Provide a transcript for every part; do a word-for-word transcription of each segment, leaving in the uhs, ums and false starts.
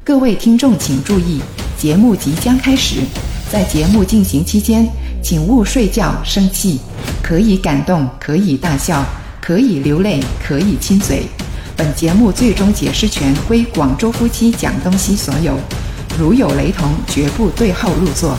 各位听众请注意，节目即将开始，在节目进行期间，请勿睡觉、生气，可以感动，可以大笑，可以流泪，可以亲嘴。本节目最终解释权归广州夫妻讲东西所有，如有雷同，绝不对号入座。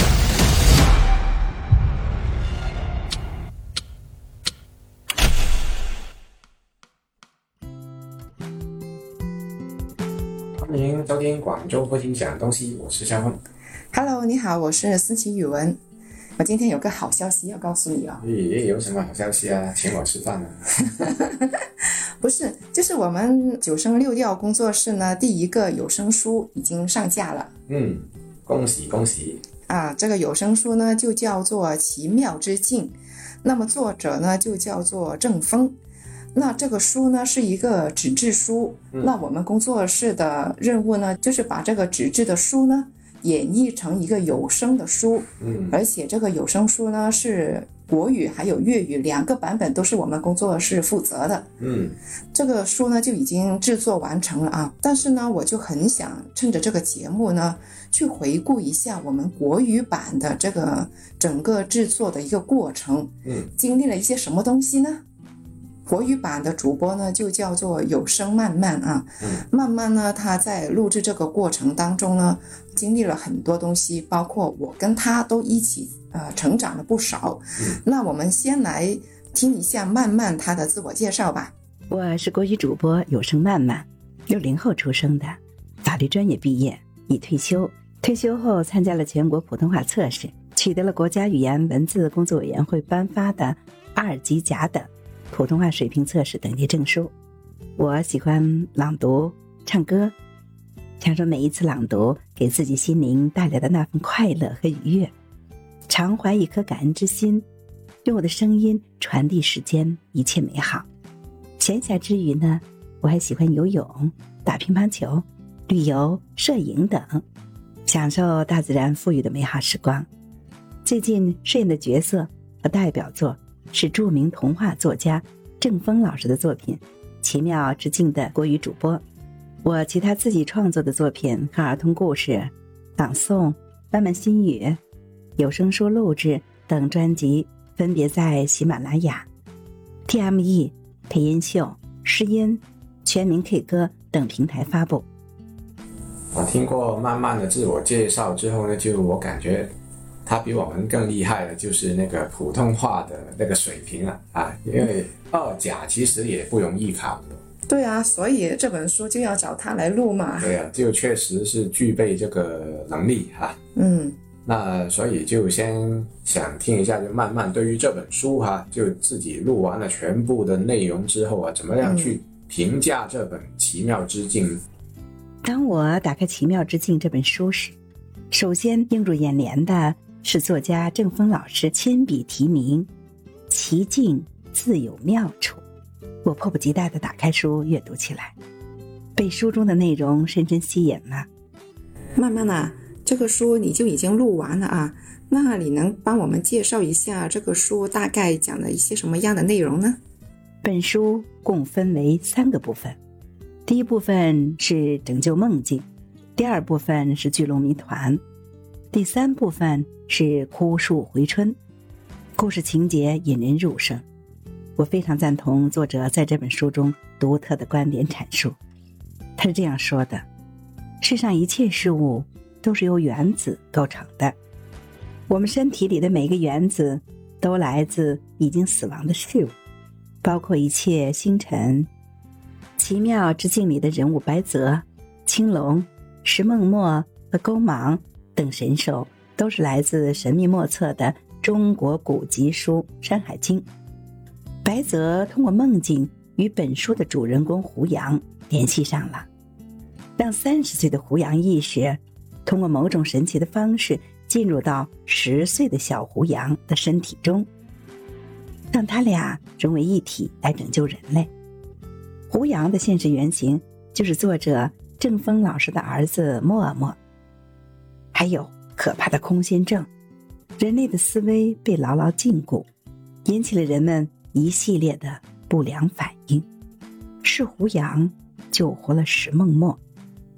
欢迎收听广州夫妻讲东西，我是夏风。 Hello， 你好，我是思琪语文。我今天有个好消息要告诉你哦。 咦，有什么好消息啊？请我吃饭啊？ 不是，就是我们九声六调工作室呢，第一个有声书已经上架了。 嗯，恭喜恭喜啊！这个有声书呢，就叫做《奇妙之境》，那么作者呢，就叫做郑峰。那这个书呢是一个纸质书、嗯、那我们工作室的任务呢就是把这个纸质的书呢演绎成一个有声的书，嗯，而且这个有声书呢是国语还有粤语两个版本都是我们工作室负责的，嗯，这个书呢就已经制作完成了啊。但是呢我就很想趁着这个节目呢去回顾一下我们国语版的这个整个制作的一个过程，嗯，经历了一些什么东西呢？国语版的主播呢就叫做有声慢慢啊，嗯、慢慢呢他在录制这个过程当中呢经历了很多东西，包括我跟他都一起呃成长了不少、嗯、那我们先来听一下慢慢他的自我介绍吧。 我是国语主播有声慢慢，六零后出生的，法律专业毕业，已退休。退休后参加了全国普通话测试，取得了国家语言文字工作委员会颁发的二级甲等普通话水平测试等级证书。我喜欢朗读、唱歌，享受每一次朗读给自己心灵带来的那份快乐和愉悦，常怀一颗感恩之心，用我的声音传递世间一切美好。闲暇之余呢，我还喜欢游泳、打乒乓球、旅游、摄影等，享受大自然赋予的美好时光。最近饰演的角色和代表作是著名童话作家郑峰老师的作品《奇妙之境》的国语主播。我其他自己创作的作品和儿童故事、朗诵、慢慢心语、有声书录制等专辑分别在喜马拉雅、T M E 配音秀、诗音、全民 K 歌等平台发布。 我听过慢慢的自我介绍之后呢，就我感觉他比我们更厉害的就是那个普通话的那个水平了啊，因为二甲其实也不容易考的。 对啊，所以这本书就要找他来录嘛。 对啊，就确实是具备这个能力哈、啊。嗯，那所以就先想听一下，就慢慢对于这本书哈、啊，就自己录完了全部的内容之后啊，怎么样去评价这本《奇妙之境》？ 当我打开《奇妙之境》这本书时，首先映入眼帘的是作家郑峰老师亲笔题名“其境自有妙处”。我迫不及待地打开书阅读起来，被书中的内容深深吸引了。 慢慢啊，这个书你就已经录完了啊，那你能帮我们介绍一下这个书大概讲了一些什么样的内容呢？ 本书共分为三个部分，第一部分是拯救梦境，第二部分是聚龙谜团，第三部分是枯树回春。故事情节引人入胜，我非常赞同作者在这本书中独特的观点阐述。他是这样说的：世上一切事物都是由原子构成的，我们身体里的每个原子都来自已经死亡的事物，包括一切星辰。奇妙之境里的人物白泽、青龙、石梦墨和勾芒等神兽都是来自神秘莫测的中国古籍书《山海经》。白泽通过梦境与本书的主人公胡杨联系上了，让三十岁的胡杨意识通过某种神奇的方式进入到十岁的小胡杨的身体中，让他俩融为一体来拯救人类。胡杨的现实原型就是作者郑峰老师的儿子默默。还有可怕的空心症，人类的思维被牢牢禁锢，引起了人们一系列的不良反应。是胡杨救活了石梦墨，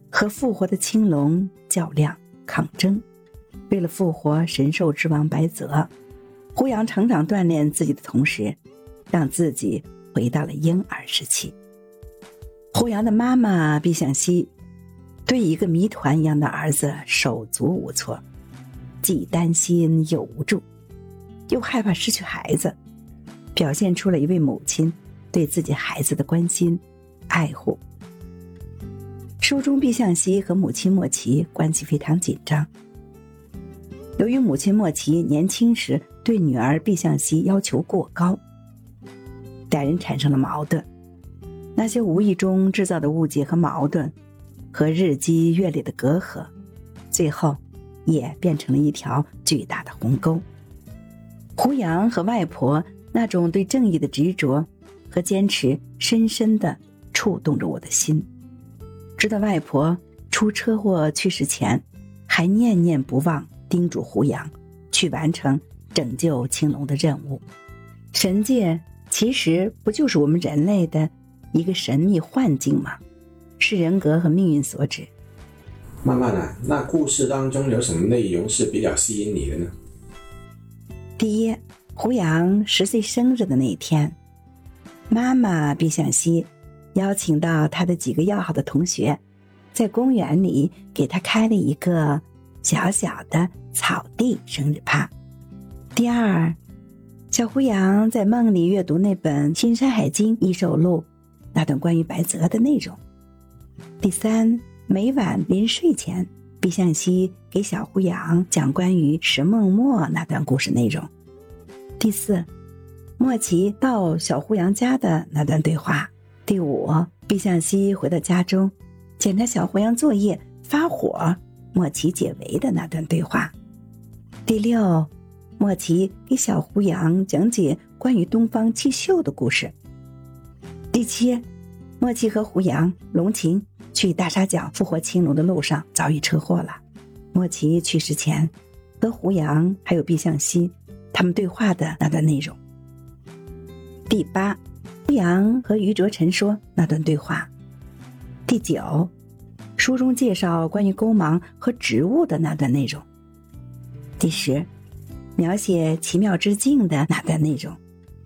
和复活的青龙较量抗争。为了复活神兽之王白泽，胡杨成长锻炼自己的同时，让自己回到了婴儿时期。胡杨的妈妈毕向西对一个谜团一样的儿子手足无措，既担心又无助，又害怕失去孩子，表现出了一位母亲对自己孩子的关心爱护。书中毕向西和母亲莫奇关系非常紧张，由于母亲莫奇年轻时对女儿毕向西要求过高，两人产生了矛盾。那些无意中制造的误解和矛盾，和日积月累的隔阂，最后也变成了一条巨大的鸿沟。胡杨和外婆那种对正义的执着和坚持，深深地触动着我的心。直到外婆出车祸去世前，还念念不忘叮嘱胡杨去完成拯救青龙的任务。神界其实不就是我们人类的一个神秘幻境吗？是人格和命运所指。 慢慢啊，那故事当中有什么内容是比较吸引你的呢？ 第一，胡杨十岁生日的那一天，妈妈毕向西邀请到他的几个要好的同学，在公园里给他开了一个小小的草地生日趴。第二，小胡杨在梦里阅读那本《新山海经》异兽录那段关于白泽的内容。第三，每晚临睡前，毕向西给小胡杨讲关于石梦墨那段故事内容。第四，莫奇到小胡杨家的那段对话。第五，毕向西回到家中检查小胡杨作业发火，莫奇解围的那段对话。第六，莫奇给小胡杨讲解关于东方七宿的故事。第七，莫奇和胡杨、龙琴去大沙角复活青龙的路上遭遇车祸了。莫奇去世前和胡杨还有毕向西他们对话的那段内容。第八，胡杨和于卓臣说那段对话。第九，书中介绍关于钩芒和植物的那段内容。第十，描写奇妙之境的那段内容。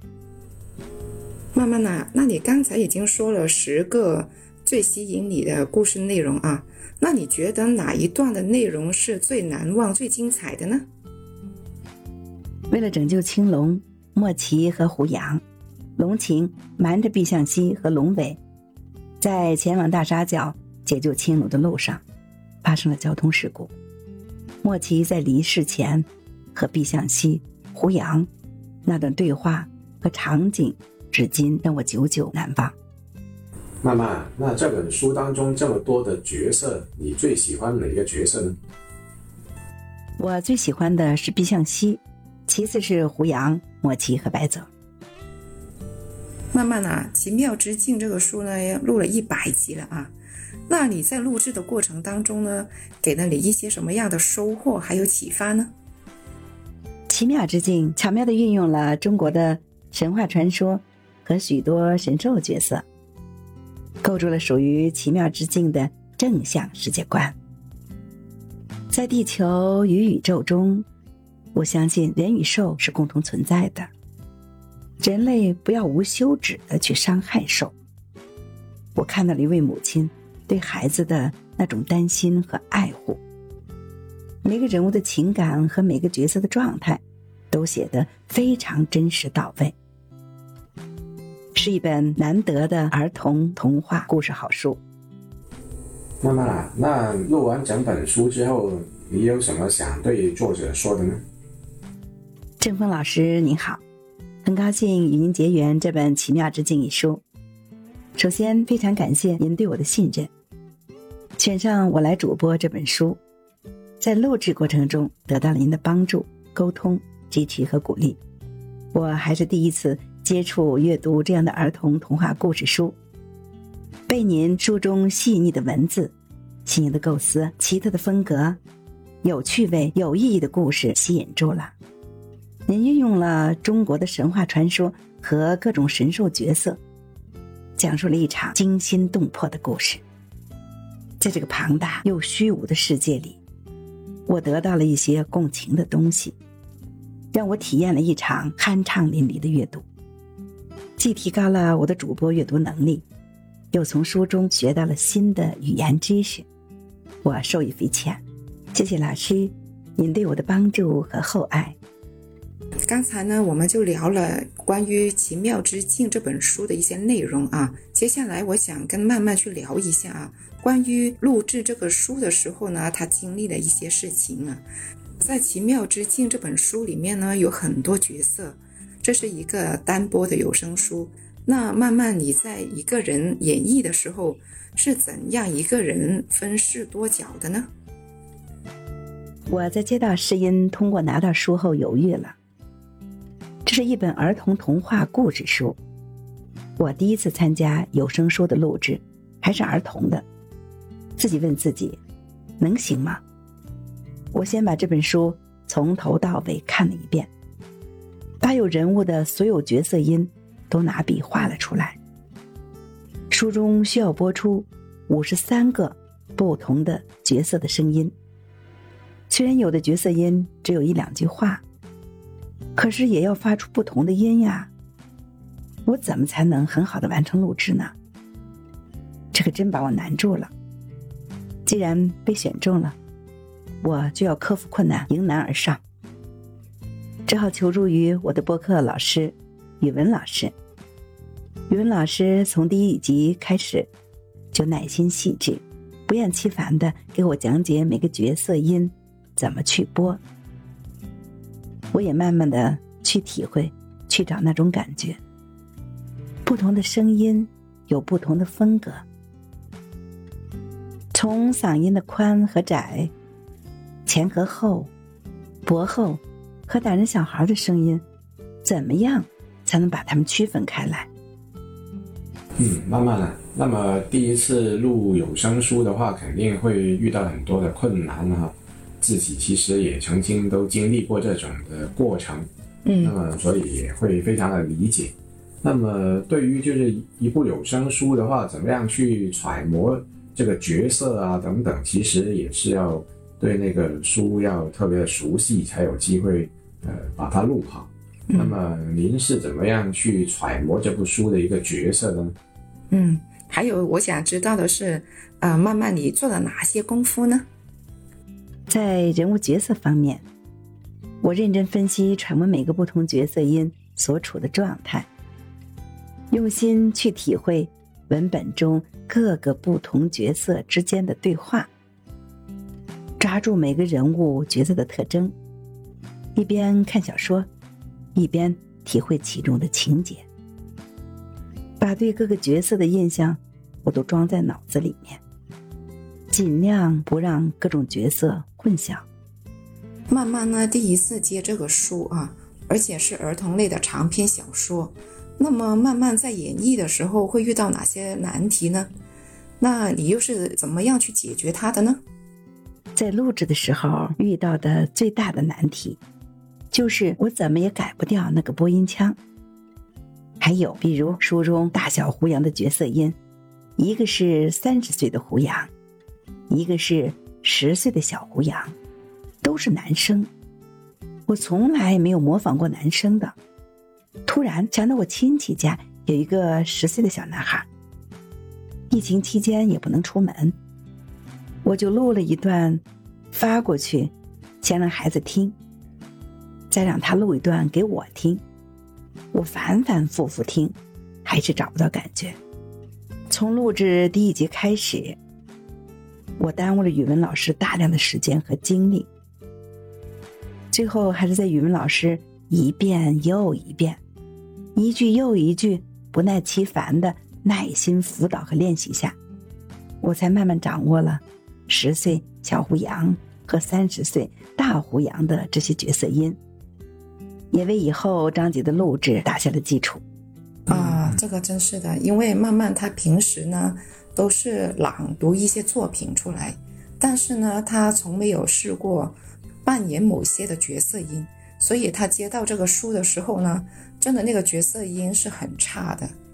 慢慢啊，那你刚才已经说了十个最吸引你的故事内容啊，那你觉得哪一段的内容是最难忘、最精彩的呢？ 为了拯救青龙，莫奇和胡杨、龙琴瞒着毕向西和龙尾，在前往大沙角解救青龙的路上发生了交通事故。莫奇在离世前和毕向西、胡杨那段对话和场景，至今让我久久难忘。 妈妈，那这本书当中这么多的角色，你最喜欢哪个角色呢？ 我最喜欢的是毕向西，其次是胡杨、莫奇和白泽。 慢慢啊，奇妙之境这个书呢，录了一百集了啊。那你在录制的过程当中呢，给了你一些什么样的收获还有启发呢？ 奇妙之境巧妙地运用了中国的神话传说和许多神兽角色，构筑了属于奇妙之境的正向世界观。在地球与宇宙中，我相信人与兽是共同存在的，人类不要无休止地去伤害兽。我看到了一位母亲对孩子的那种担心和爱护，每个人物的情感和每个角色的状态都写得非常真实到位，是一本难得的儿童童话故事好书。 妈妈，那录完整本书之后，你有什么想对作者说的呢？ 郑峰老师您好，很高兴与您结缘这本《奇妙之境》一书。首先非常感谢您对我的信任，选上我来主播这本书，在录制过程中得到了您的帮助、沟通、支持和鼓励。我还是第一次接触阅读这样的儿童童话故事书，被您书中细腻的文字、新颖的构思、奇特的风格、有趣味、有意义的故事吸引住了。您运用了中国的神话传说和各种神兽角色，讲述了一场惊心动魄的故事。 在这个庞大又虚无的世界里，我得到了一些共情的东西，让我体验了一场酣畅淋漓的阅读，既提高了我的主播阅读能力，又从书中学到了新的语言知识，我受益匪浅。谢谢老师您对我的帮助和厚爱。 刚才呢，我们就聊了关于《奇妙之境》这本书的一些内容啊。接下来我想跟曼曼去聊一下啊，关于录制这个书的时候呢，他经历了一些事情啊。在《奇妙之境》这本书里面呢，有很多角色，这是一个单播的有声书。那曼曼你在一个人演绎的时候，是怎样一个人分饰多角的呢？ 我在接到试音通过拿到书后犹豫了。这是一本儿童童话故事书，我第一次参加有声书的录制，还是儿童的。自己问自己，能行吗？我先把这本书从头到尾看了一遍，把有人物的所有角色音都拿笔画了出来。书中需要播出五十三个不同的角色的声音，虽然有的角色音只有一两句话，可是也要发出不同的音呀，我怎么才能很好的完成录制呢？这可真把我难住了。既然被选中了，我就要克服困难，迎难而上。只好求助于我的播客老师语文老师。语文老师从第一集开始就耐心细致，不厌其烦地给我讲解每个角色音怎么去播。我也慢慢的去体会，去找那种感觉。不同的声音有不同的风格，从嗓音的宽和窄，前和后，薄厚和大人小孩的声音，怎么样才能把它们区分开来？ 嗯，慢慢的。那么第一次录有声书的话，肯定会遇到很多的困难哈。自己其实也曾经都经历过这种的过程，嗯，那么所以也会非常的理解。那么对于就是一部有声书的话，怎么样去揣摩这个角色啊等等，其实也是要对那个书要特别的熟悉，才有机会呃把它录好。嗯、那么您是怎么样去揣摩这部书的一个角色呢？ 嗯，还有我想知道的是，呃，曼曼你做了哪些功夫呢？ 在人物角色方面，我认真分析揣摩每个不同角色音所处的状态，用心去体会文本中各个不同角色之间的对话，抓住每个人物角色的特征，一边看小说，一边体会其中的情节，把对各个角色的印象我都装在脑子里面，尽量不让各种角色混淆。 曼曼呢，第一次接这个书啊，而且是儿童类的长篇小说。那么曼曼在演绎的时候会遇到哪些难题呢？那你又是怎么样去解决它的呢？ 在录制的时候遇到的最大的难题，就是我怎么也改不掉那个播音腔。还有比如书中大小胡杨的角色音，一个是三十岁的胡杨，一个是十岁的小胡杨，都是男生。我从来没有模仿过男生的，突然想到我亲戚家有一个十岁的小男孩，疫情期间也不能出门，我就录了一段发过去，先让孩子听，再让他录一段给我听。我反反复复听，还是找不到感觉。从录制第一集开始，我耽误了语文老师大量的时间和精力，最后还是在语文老师一遍又一遍，一句又一句不耐其烦的耐心辅导和练习下，我才慢慢掌握了十岁小胡杨和三十岁大胡杨的这些角色音，也为以后章节的录制打下了基础。 啊，这个真是的，因为曼曼他平时呢都是朗读一些作品出来，但是呢他从没有试过扮演某些的角色音，所以他接到这个书的时候呢，真的那个角色音是很差的。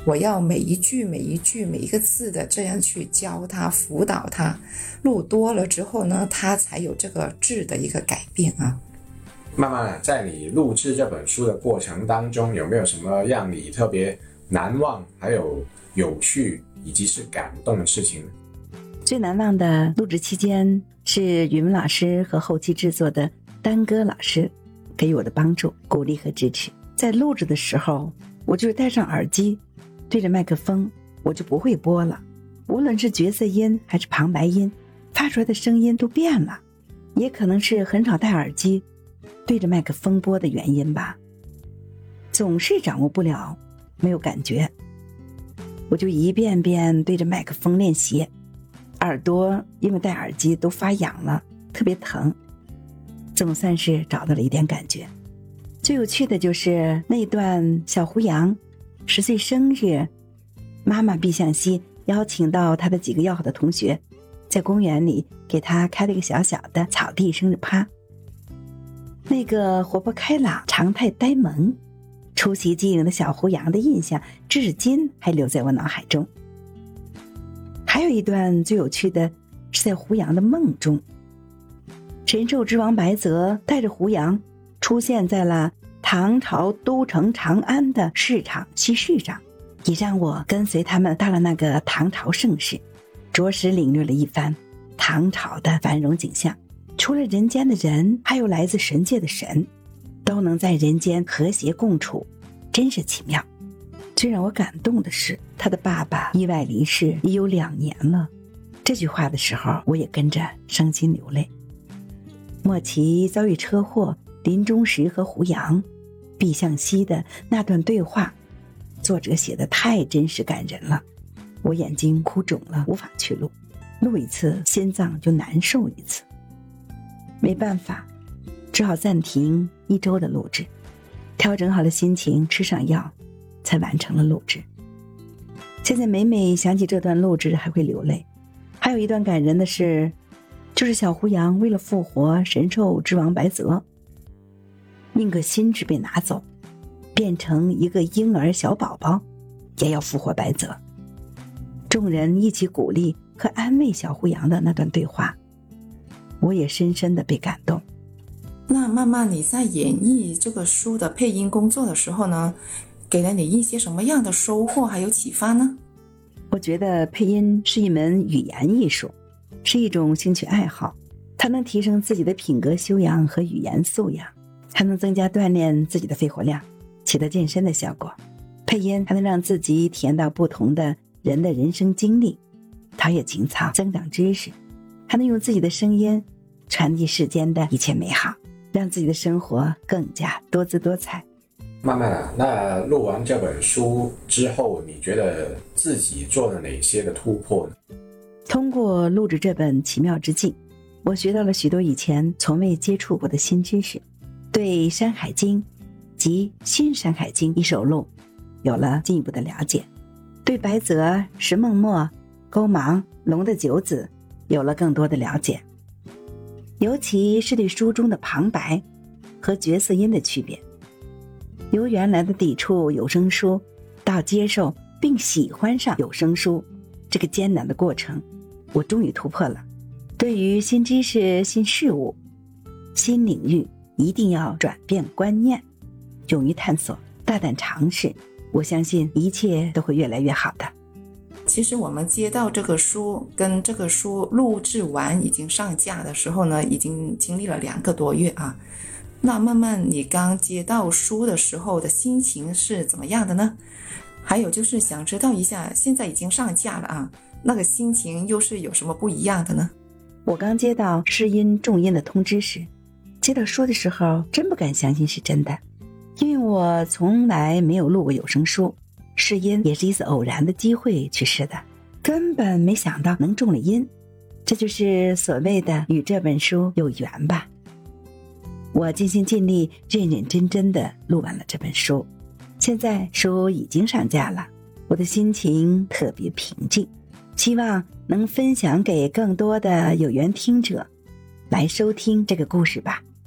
我要每一句每一句每一个字的这样去教他辅导他，录多了之后呢，他才有这个质的一个改变啊。 慢慢在你录制这本书的过程当中，有没有什么让你特别难忘还有有趣以及是感动的事情？ 最难忘的录制期间是语文老师和后期制作的丹哥老师给予我的帮助、鼓励和支持。在录制的时候，我就是戴上耳机对着麦克风，我就不会播了，无论是角色音还是旁白音，发出来的声音都变了。也可能是很少戴耳机对着麦克风播的原因吧，总是掌握不了，没有感觉。我就一遍遍对着麦克风练习，耳朵因为戴耳机都发痒了，特别疼，总算是找到了一点感觉。最有趣的就是那段小胡杨十岁生日，妈妈毕向西邀请到他的几个要好的同学，在公园里给他开了一个小小的草地生日趴。那个活泼开朗、常态呆萌、出奇机灵的小胡杨的印象至今还留在我脑海中。还有一段最有趣的是在胡杨的梦中，神兽之王白泽带着胡杨出现在了唐朝都城长安的市场西市上，也让我跟随他们到了那个唐朝盛世，着实领略了一番唐朝的繁荣景象。除了人间的人，还有来自神界的神，都能在人间和谐共处，真是奇妙。最让我感动的是，他的爸爸意外离世已有两年了。这句话的时候，我也跟着伤心流泪。莫奇遭遇车祸，临终时和胡杨、毕向西的那段对话，作者写得太真实感人了，我眼睛哭肿了，无法去录，录一次心脏就难受一次。没办法，只好暂停一周的录制，调整好了心情，吃上药，才完成了录制。现在每每想起这段录制还会流泪。还有一段感人的是，就是小胡杨为了复活神兽之王白泽，宁可心智被拿走，变成一个婴儿小宝宝，也要复活白泽。众人一起鼓励和安慰小胡杨的那段对话，我也深深地被感动。 那慢慢你在演绎这个书的配音工作的时候呢，给了你一些什么样的收获还有启发呢？ 我觉得配音是一门语言艺术，是一种兴趣爱好，它能提升自己的品格修养和语言素养，还能增加锻炼自己的肺活量，起到健身的效果。配音还能让自己体验到不同的人的人生经历，陶冶情操，增长知识，还能用自己的声音传递世间的一切美好，让自己的生活更加多姿多彩。 慢慢啊，那录完这本书之后，你觉得自己做了哪些的突破呢？ 通过录制这本《奇妙之境》，我学到了许多以前从未接触过的新知识，对《山海经》及《新山海经》一手录有了进一步的了解，对白泽、石梦墨、勾芒、龙的九子有了更多的了解，尤其是对书中的旁白和角色音的区别。由原来的抵触有声书到接受并喜欢上有声书，这个艰难的过程我终于突破了。对于新知识、新事物、新领域，一定要转变观念，勇于探索，大胆尝试，我相信一切都会越来越好的。 其实我们接到这个书跟这个书录制完已经上架的时候呢，已经经历了两个多月啊。那慢慢你刚接到书的时候的心情是怎么样的呢？还有就是想知道一下，现在已经上架了啊，那个心情又是有什么不一样的呢？ 我刚接到试音重音的通知时，接到书的时候真不敢相信是真的，因为我从来没有录过有声书，试音也是一次偶然的机会去试的，根本没想到能中了音，这就是所谓的与这本书有缘吧。我尽心尽力，认认真真地录完了这本书，现在书已经上架了，我的心情特别平静，希望能分享给更多的有缘听者来收听这个故事吧。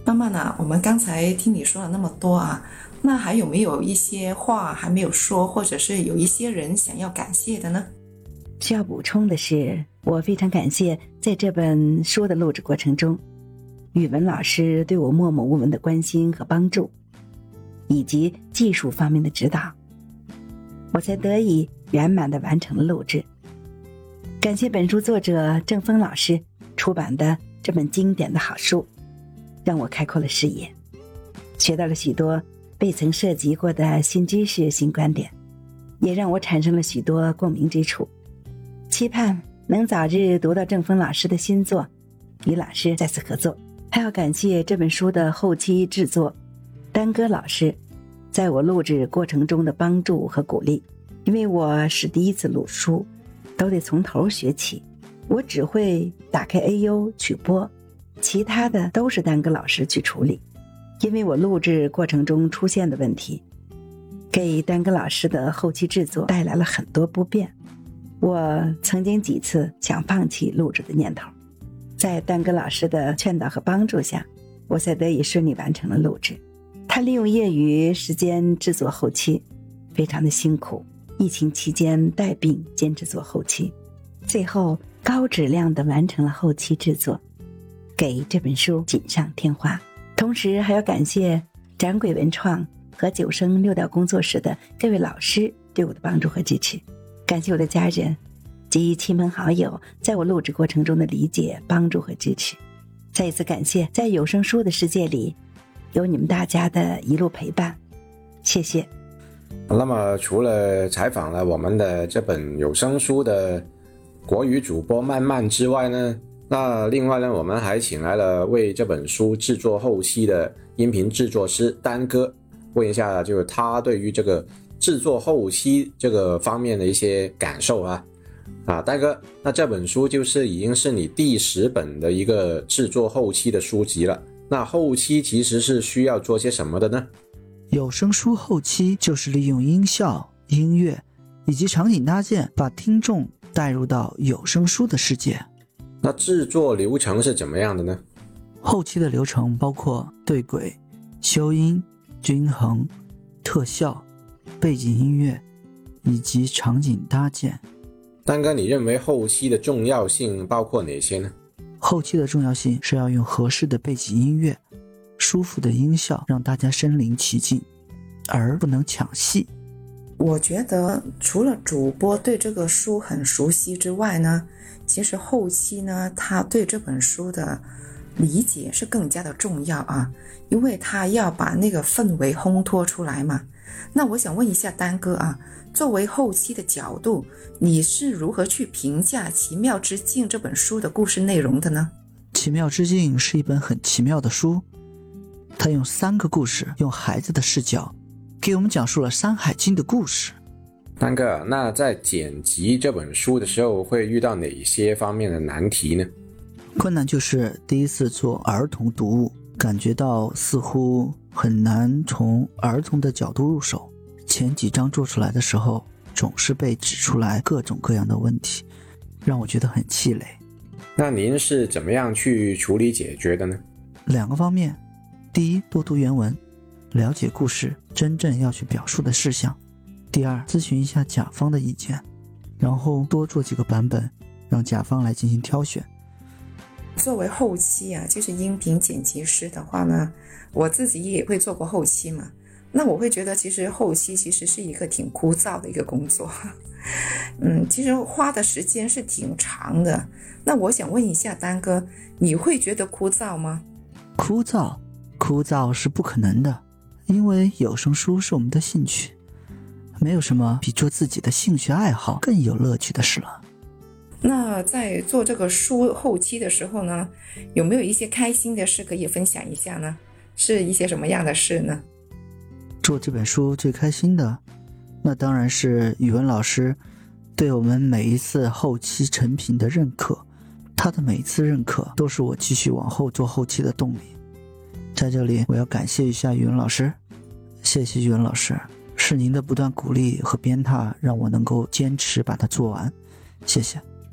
那么呢，我们刚才听你说了那么多啊，那还有没有一些话还没有说，或者是有一些人想要感谢的呢？ 需要补充的是，我非常感谢在这本书的录制过程中，语文老师对我默默无闻的关心和帮助，以及技术方面的指导，我才得以圆满地完成了录制。感谢本书作者郑峰老师出版的这本经典的好书，让我开阔了视野，学到了许多未曾涉及过的新知识、新观点，也让我产生了许多共鸣之处。期盼能早日读到郑峰老师的新作，与老师再次合作。还要感谢这本书的后期制作丹哥老师在我录制过程中的帮助和鼓励，因为我是第一次录书，都得从头学起，我只会打开 A U 曲播，其他的都是丹哥老师去处理。因为我录制过程中出现的问题，给丹哥老师的后期制作带来了很多不便，我曾经几次想放弃录制的念头，在丹哥老师的劝导和帮助下，我才得以顺利完成了录制。他利用业余时间制作后期，非常的辛苦，疫情期间带病坚持做后期，最后高质量的完成了后期制作，给这本书锦上添花。同时还要感谢展轨文创和九声六调工作室的各位老师对我的帮助和支持，感谢我的家人及亲朋好友在我录制过程中的理解、帮助和支持。再一次感谢在有声书的世界里有你们大家的一路陪伴，谢谢。 那么除了采访了我们的这本有声书的国语主播曼曼之外呢，那另外呢，我们还请来了为这本书制作后期的音频制作师丹哥，问一下就是他对于这个制作后期这个方面的一些感受啊。啊，丹哥，那这本书就是已经是你第十本的一个制作后期的书籍了，那后期其实是需要做些什么的呢？ 有声书后期就是利用音效、音乐以及场景搭建，把听众带入到有声书的世界。 那制作流程是怎么样的呢？ 后期的流程包括对轨、修音、均衡、特效、背景音乐以及场景搭建。 丹哥，你认为后期的重要性包括哪些呢？ 后期的重要性是要用合适的背景音乐、舒服的音效，让大家身临其境，而不能抢戏。 我觉得除了主播对这个书很熟悉之外呢，其实后期呢，他对这本书的理解是更加的重要啊，因为他要把那个氛围烘托出来嘛。那我想问一下丹哥啊，作为后期的角度，你是如何去评价《奇妙之境》这本书的故事内容的呢？ 《奇妙之境》是一本很奇妙的书，它用三个故事，用孩子的视角给我们讲述了《山海经》的故事。 丹哥，那在剪辑这本书的时候会遇到哪些方面的难题呢？ 困难就是第一次做儿童读物，感觉到似乎很难从儿童的角度入手，前几章做出来的时候总是被指出来各种各样的问题，让我觉得很气馁。 那您是怎么样去处理解决的呢？ 两个方面，第一，多读原文，了解故事真正要去表述的事项；第二，咨询一下甲方的意见，然后多做几个版本，让甲方来进行挑选。 作为后期啊，就是音频剪辑师的话呢，我自己也会做过后期嘛，那我会觉得其实后期其实是一个挺枯燥的一个工作，嗯，其实花的时间是挺长的。那我想问一下丹哥，你会觉得枯燥吗？ 枯燥，枯燥是不可能的，因为有声书是我们的兴趣，没有什么比做自己的兴趣爱好更有乐趣的事了。 那在做这个书后期的时候呢，有没有一些开心的事可以分享一下呢？是一些什么样的事呢？ 做这本书最开心的，那当然是语文老师对我们每一次后期成品的认可，他的每一次认可都是我继续往后做后期的动力。在这里我要感谢一下语文老师，谢谢语文老师，是您的不断鼓励和鞭挞让我能够坚持把它做完，谢谢。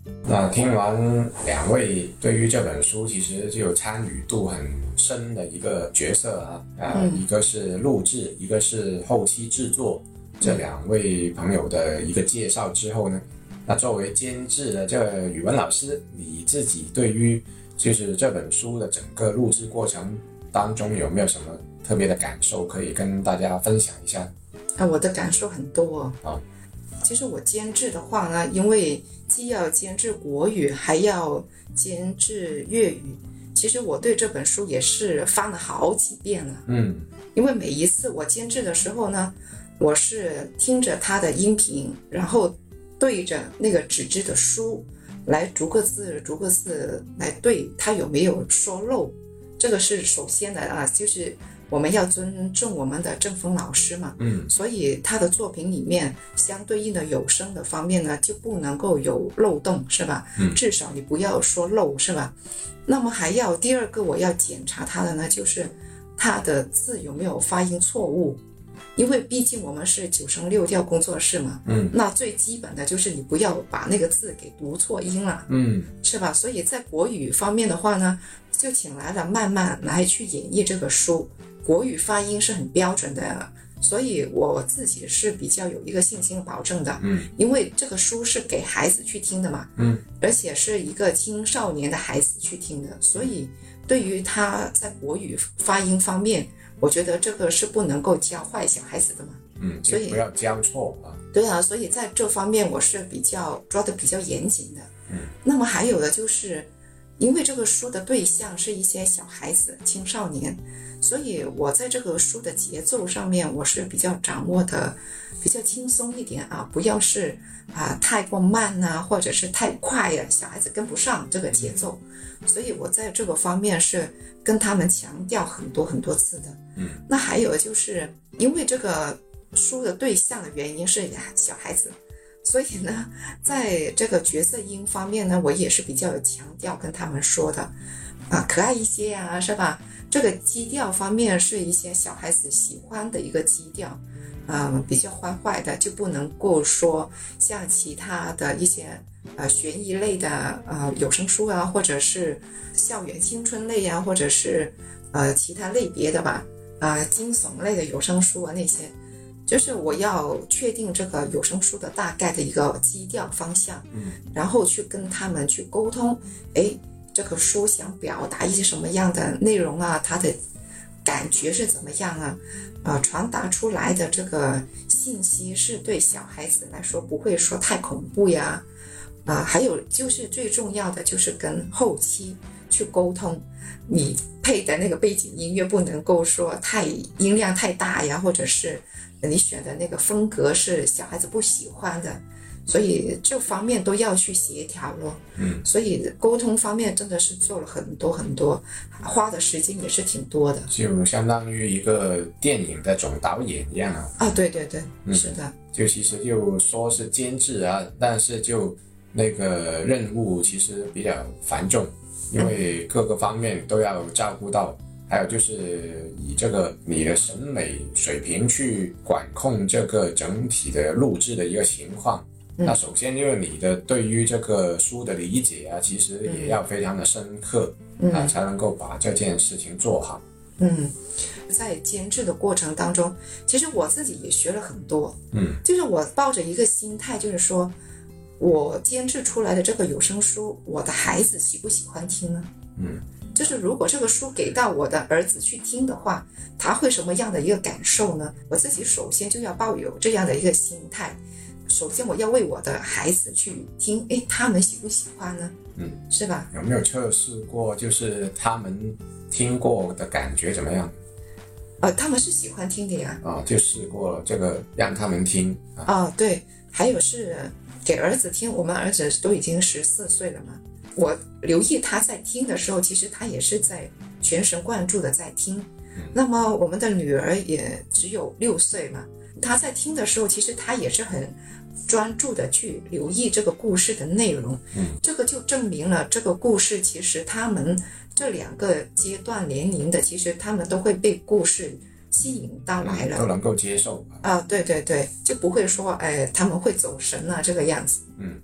那听完两位对于这本书其实就参与度很深的一个角色啊，呃，嗯、一个是录制，一个是后期制作，这两位朋友的一个介绍之后呢，那作为监制的这个语文老师，你自己对于就是这本书的整个录制过程当中有没有什么特别的感受可以跟大家分享一下？ 啊，我的感受很多啊。 哦其实我监制的话呢，因为既要监制国语，还要监制粤语，其实我对这本书也是翻了好几遍了。 嗯， 因为每一次我监制的时候呢，我是听着他的音频，然后对着那个纸质的书来逐个字逐个字来对他有没有说漏，这个是首先的啊，就是我们要尊重我们的郑峰老师嘛， 嗯， 所以他的作品里面相对应的有声的方面呢，就不能够有漏洞，是吧？ 嗯， 至少你不要说漏，是吧？那么还要第二个我要检查他的呢，就是他的字有没有发音错误，因为毕竟我们是九声六调工作室嘛， 嗯， 那最基本的就是你不要把那个字给读错音了， 嗯， 是吧？所以在国语方面的话呢，就请来了慢慢来去演绎这个书。国语发音是很标准的，所以我自己是比较有一个信心保证的， 嗯， 因为这个书是给孩子去听的嘛， 嗯， 而且是一个青少年的孩子去听的，所以对于他在国语发音方面，我觉得这个是不能够教坏小孩子的嘛， 嗯， 所以不要教错啊。 对啊，所以在这方面我是比较抓得比较严谨的， 嗯， 那么还有的就是因为这个书的对象是一些小孩子青少年，所以我在这个书的节奏上面我是比较掌握的比较轻松一点啊，不要是啊太过慢啊，或者是太快啊，小孩子跟不上这个节奏，所以我在这个方面是跟他们强调很多很多次的。 嗯， 那还有就是因为这个书的对象的原因是小孩子，所以呢，在这个角色音方面呢，我也是比较有强调跟他们说的，啊，可爱一些啊，是吧？这个基调方面是一些小孩子喜欢的一个基调，嗯，比较欢快的，就不能够说像其他的一些呃悬疑类的呃有声书啊，或者是校园青春类啊，或者是呃其他类别的吧，啊、呃、惊悚类的有声书啊那些。就是我要确定这个有声书的大概的一个基调方向， 嗯， 然后去跟他们去沟通，诶，这个书想表达一些什么样的内容啊，它的感觉是怎么样啊，呃，传达出来的这个信息是对小孩子来说不会说太恐怖呀，啊、呃，还有就是最重要的就是跟后期去沟通，你配的那个背景音乐不能够说太音量太大呀，或者是你选的那个风格是小孩子不喜欢的，所以这方面都要去协调咯。 嗯， 所以沟通方面真的是做了很多很多，花的时间也是挺多的， 就相当于一个电影的总导演一样啊。 啊，对对对， 嗯、 是的。 就其实就说是监制啊，但是就那个任务其实比较繁重，因为各个方面都要照顾到。还有就是以这个你的审美水平去管控这个整体的录制的一个情况，嗯、那首先就是你的对于这个书的理解啊，其实也要非常的深刻，嗯、啊，才能够把这件事情做好。 嗯，在监制的过程当中，其实我自己也学了很多。 嗯， 就是我抱着一个心态，就是说我监制出来的这个有声书，我的孩子喜不喜欢听呢？ 嗯。 就是如果这个书给到我的儿子去听的话，他会什么样的一个感受呢？我自己首先就要抱有这样的一个心态，首先我要为我的孩子去听，诶，他们喜不喜欢呢？ 嗯， 是吧？ 有没有测试过，就是他们听过的感觉怎么样？ 呃，他们是喜欢听的呀。 啊，就试过了这个让他们听啊。 啊，对，还有是给儿子听，我们儿子都已经十四岁了嘛。我留意他在听的时候，其实他也是在全神贯注的在听。那么我们的女儿也只有六岁嘛，她在听的时候，其实她也是很专注的去留意这个故事的内容。 嗯， 这个就证明了这个故事其实他们这两个阶段年龄的，其实他们都会被故事吸引到来了， 嗯、都能够接受啊，对对对，就不会说哎他们会走神啊这个样子。 嗯。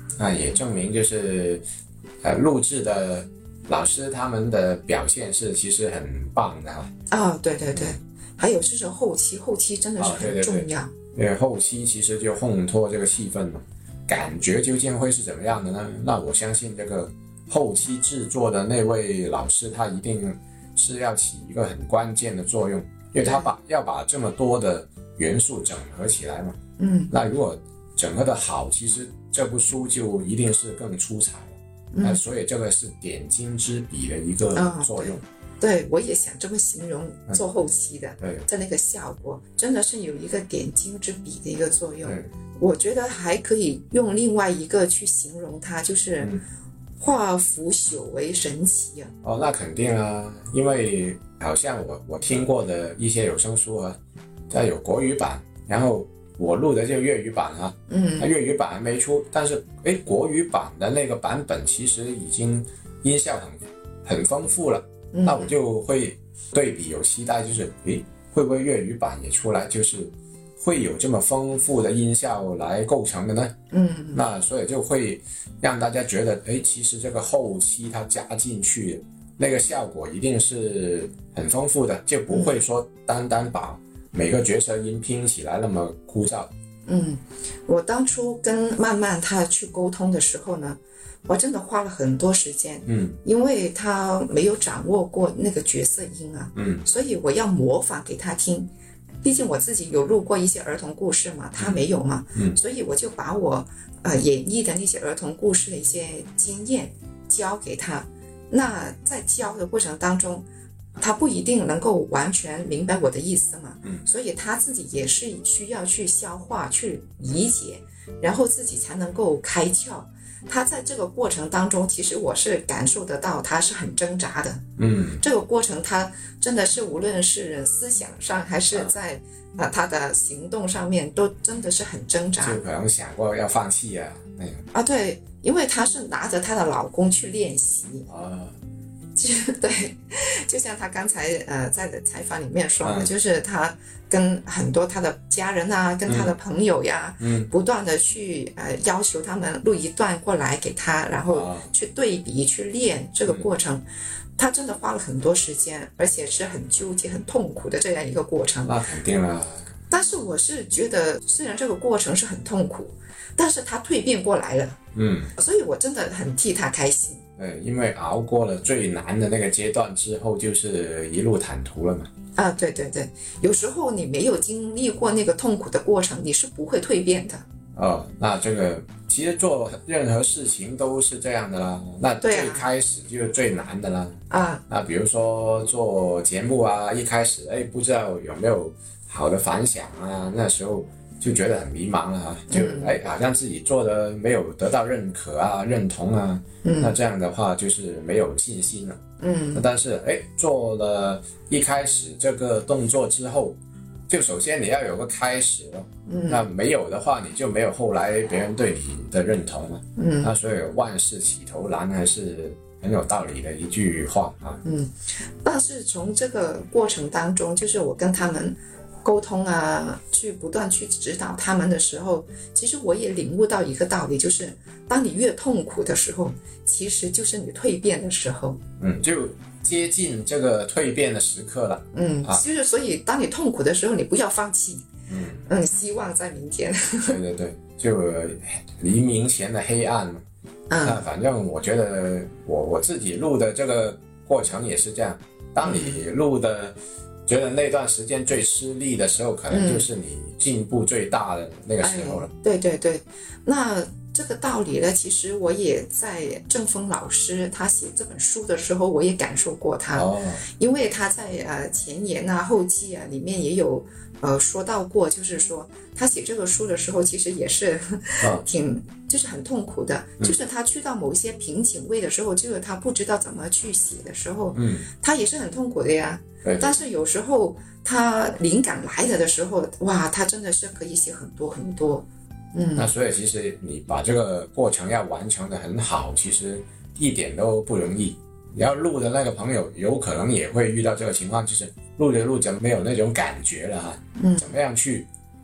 那也证明就是呃录制的老师他们的表现是其实很棒的哈。 啊，对对对，还有就是后期，后期真的是很重要。 哦、对对对，因为后期其实就烘托这个气氛嘛，感觉究竟会是怎么样的呢？那我相信这个后期制作的那位老师，他一定是要起一个很关键的作用，因为他把要把这么多的元素整合起来嘛。 嗯， 那如果整合的好，其实这部书就一定是更出彩了。嗯、那所以这个是点睛之笔的一个作用。 哦、对, 对，我也想这么形容做后期的， 嗯、 在那个效果真的是有一个点睛之笔的一个作用。我觉得还可以用另外一个去形容它，就是化腐朽为神奇啊。 哦，那肯定啊，因为好像我我听过的一些有声书啊，它有国语版，然后我录的就粤语版啊，嗯，它粤语版还没出，但是哎，国语版的那个版本其实已经音效很很丰富了，嗯、那我就会对比有期待，就是诶，会不会粤语版也出来，就是会有这么丰富的音效来构成的呢？嗯，那所以就会让大家觉得，哎，其实这个后期它加进去那个效果一定是很丰富的，就不会说单单把每个角色音拼起来那么枯燥。 嗯，我当初跟曼曼他去沟通的时候呢，我真的花了很多时间，嗯，因为他没有掌握过那个角色音啊，嗯，所以我要模仿给他听。毕竟我自己有录过一些儿童故事嘛，他没有嘛，嗯，所以我就把我呃演绎的那些儿童故事的一些经验教给他。那在教的过程当中，他不一定能够完全明白我的意思嘛，嗯，所以他自己也是需要去消化、去理解，然后自己才能够开窍。他在这个过程当中，其实我是感受得到他是很挣扎的，嗯，这个过程他真的是无论是思想上还是在、啊呃、他的行动上面都真的是很挣扎， 就可能想过要放弃啊那个啊，对，因为她是拿着她的老公去练习啊。对，就像他刚才呃在的采访里面说的，嗯、就是他跟很多他的家人啊，跟他的朋友呀，嗯，不断的去呃要求他们录一段过来给他，然后去对比、去练这个过程，嗯、他真的花了很多时间，而且是很纠结、很痛苦的这样一个过程。 那肯定了。 但是我是觉得，虽然这个过程是很痛苦，但是他蜕变过来了，嗯，所以我真的很替他开心。 对，因为熬过了最难的那个阶段之后，就是一路坦途了嘛。 啊，对对对，有时候你没有经历过那个痛苦的过程，你是不会蜕变的。 哦，那这个其实做任何事情都是这样的啦。那最开始就是最难的啦。啊，那比如说做节目啊，一开始哎不知道有没有好的反响啊，那时候就觉得很迷茫啊，就哎好像自己做的没有得到认可啊、认同啊，嗯、那这样的话就是没有信心了。嗯，但是哎做了一开始这个动作之后，就首先你要有个开始了，嗯，那没有的话你就没有后来别人对你的认同了。嗯，那所以万事起头难还是很有道理的一句话啊。 嗯，但是从这个过程当中，就是我跟他们沟通啊，去不断去指导他们的时候，其实我也领悟到一个道理，就是当你越痛苦的时候，其实就是你蜕变的时候。 嗯，就接近这个蜕变的时刻了。 嗯，啊、就是所以当你痛苦的时候，你不要放弃。嗯嗯，希望在明天。 对对对，就黎明前的黑暗嘛。嗯，那反正我觉得我我自己录的这个过程也是这样，当你录的觉得那段时间最吃力的时候，可能就是你进步最大的那个时候了。 哎、对对对，那这个道理呢，其实我也在郑峰老师他写这本书的时候，我也感受过他，哦、因为他在呃前言啊、后记啊里面也有呃说到过，就是说他写这个书的时候，其实也是、哦、挺就是很痛苦的，嗯、就是他去到某些瓶颈位的时候，就是他不知道怎么去写的时候，嗯，他也是很痛苦的呀。但是有时候他灵感来了的时候，哇，他真的是可以写很多很多。嗯， 那所以其实你把这个过程要完成的很好，其实一点都不容易。你要录的那个朋友有可能也会遇到这个情况，就是录着录着没有那种感觉了哈。嗯，怎么样去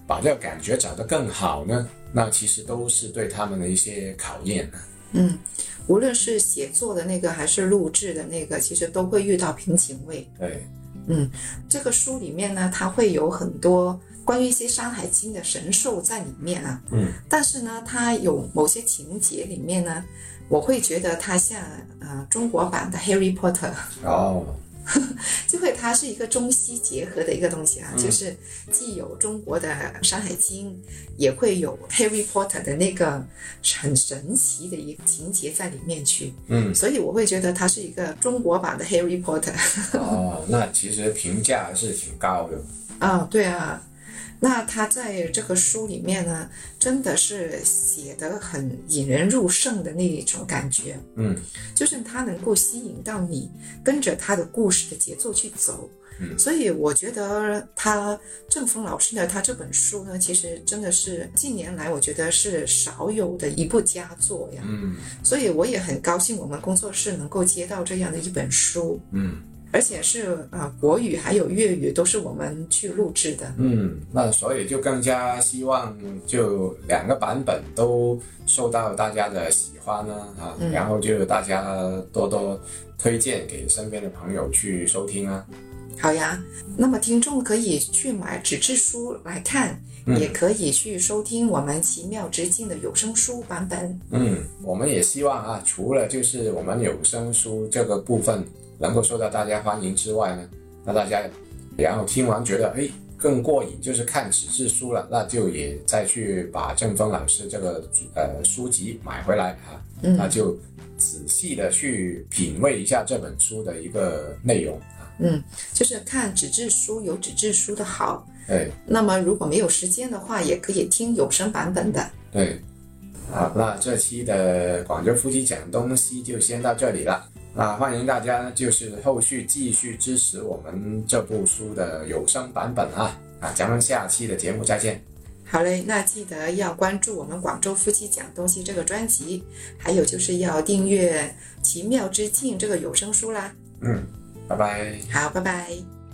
把这个感觉找得更好呢，那其实都是对他们的一些考验。 嗯，无论是写作的那个还是录制的那个，其实都会遇到瓶颈位。 对， 嗯，这个书里面呢，它会有很多关于一些《山海经》的神兽在里面啊。 嗯， 但是呢，它有某些情节里面呢，我会觉得它像呃中国版的 Harry Potter。 哦。 就会它是一个中西结合的一个东西啊，嗯、就是既有中国的《山海经》，也会有 Harry Potter 的那个很神奇的一个情节在里面去。嗯，所以我会觉得它是一个中国版的 Harry Potter。 哦，那其实评价是挺高的。 啊，对啊。那他在这个书里面呢，真的是写得很引人入胜的那一种感觉。 嗯， 就是他能够吸引到你，跟着他的故事的节奏去走。嗯，所以我觉得他郑峰老师的他这本书呢，其实真的是近年来我觉得是少有的一部佳作呀。 嗯， 所以我也很高兴我们工作室能够接到这样的一本书。 嗯。 而且是呃国语还有粤语都是我们去录制的。 嗯，那所以就更加希望就两个版本都受到大家的喜欢呢啊、嗯，然后就大家多多推荐给身边的朋友去收听啊。 好呀，那么听众可以去买纸质书来看，嗯、也可以去收听我们奇妙之境的有声书版本。 嗯，我们也希望啊，除了就是我们有声书这个部分能够受到大家欢迎之外呢，那大家然后听完觉得哎更过瘾，就是看纸质书了，那就也再去把郑峰老师这个呃书籍买回来啊、嗯，那就仔细的去品味一下这本书的一个内容啊。 嗯，就是看纸质书有纸质书的好， 对。 那么如果没有时间的话，也可以听有声版本的。 对。好，那这期的广州夫妻讲东西就先到这里了。那欢迎大家就是后续继续支持我们这部书的有声版本啊啊！咱们下期的节目再见。 好嘞，那记得要关注我们广州夫妻讲东西这个专辑，还有就是要订阅奇妙之境这个有声书啦。 嗯，拜拜。 好，拜拜。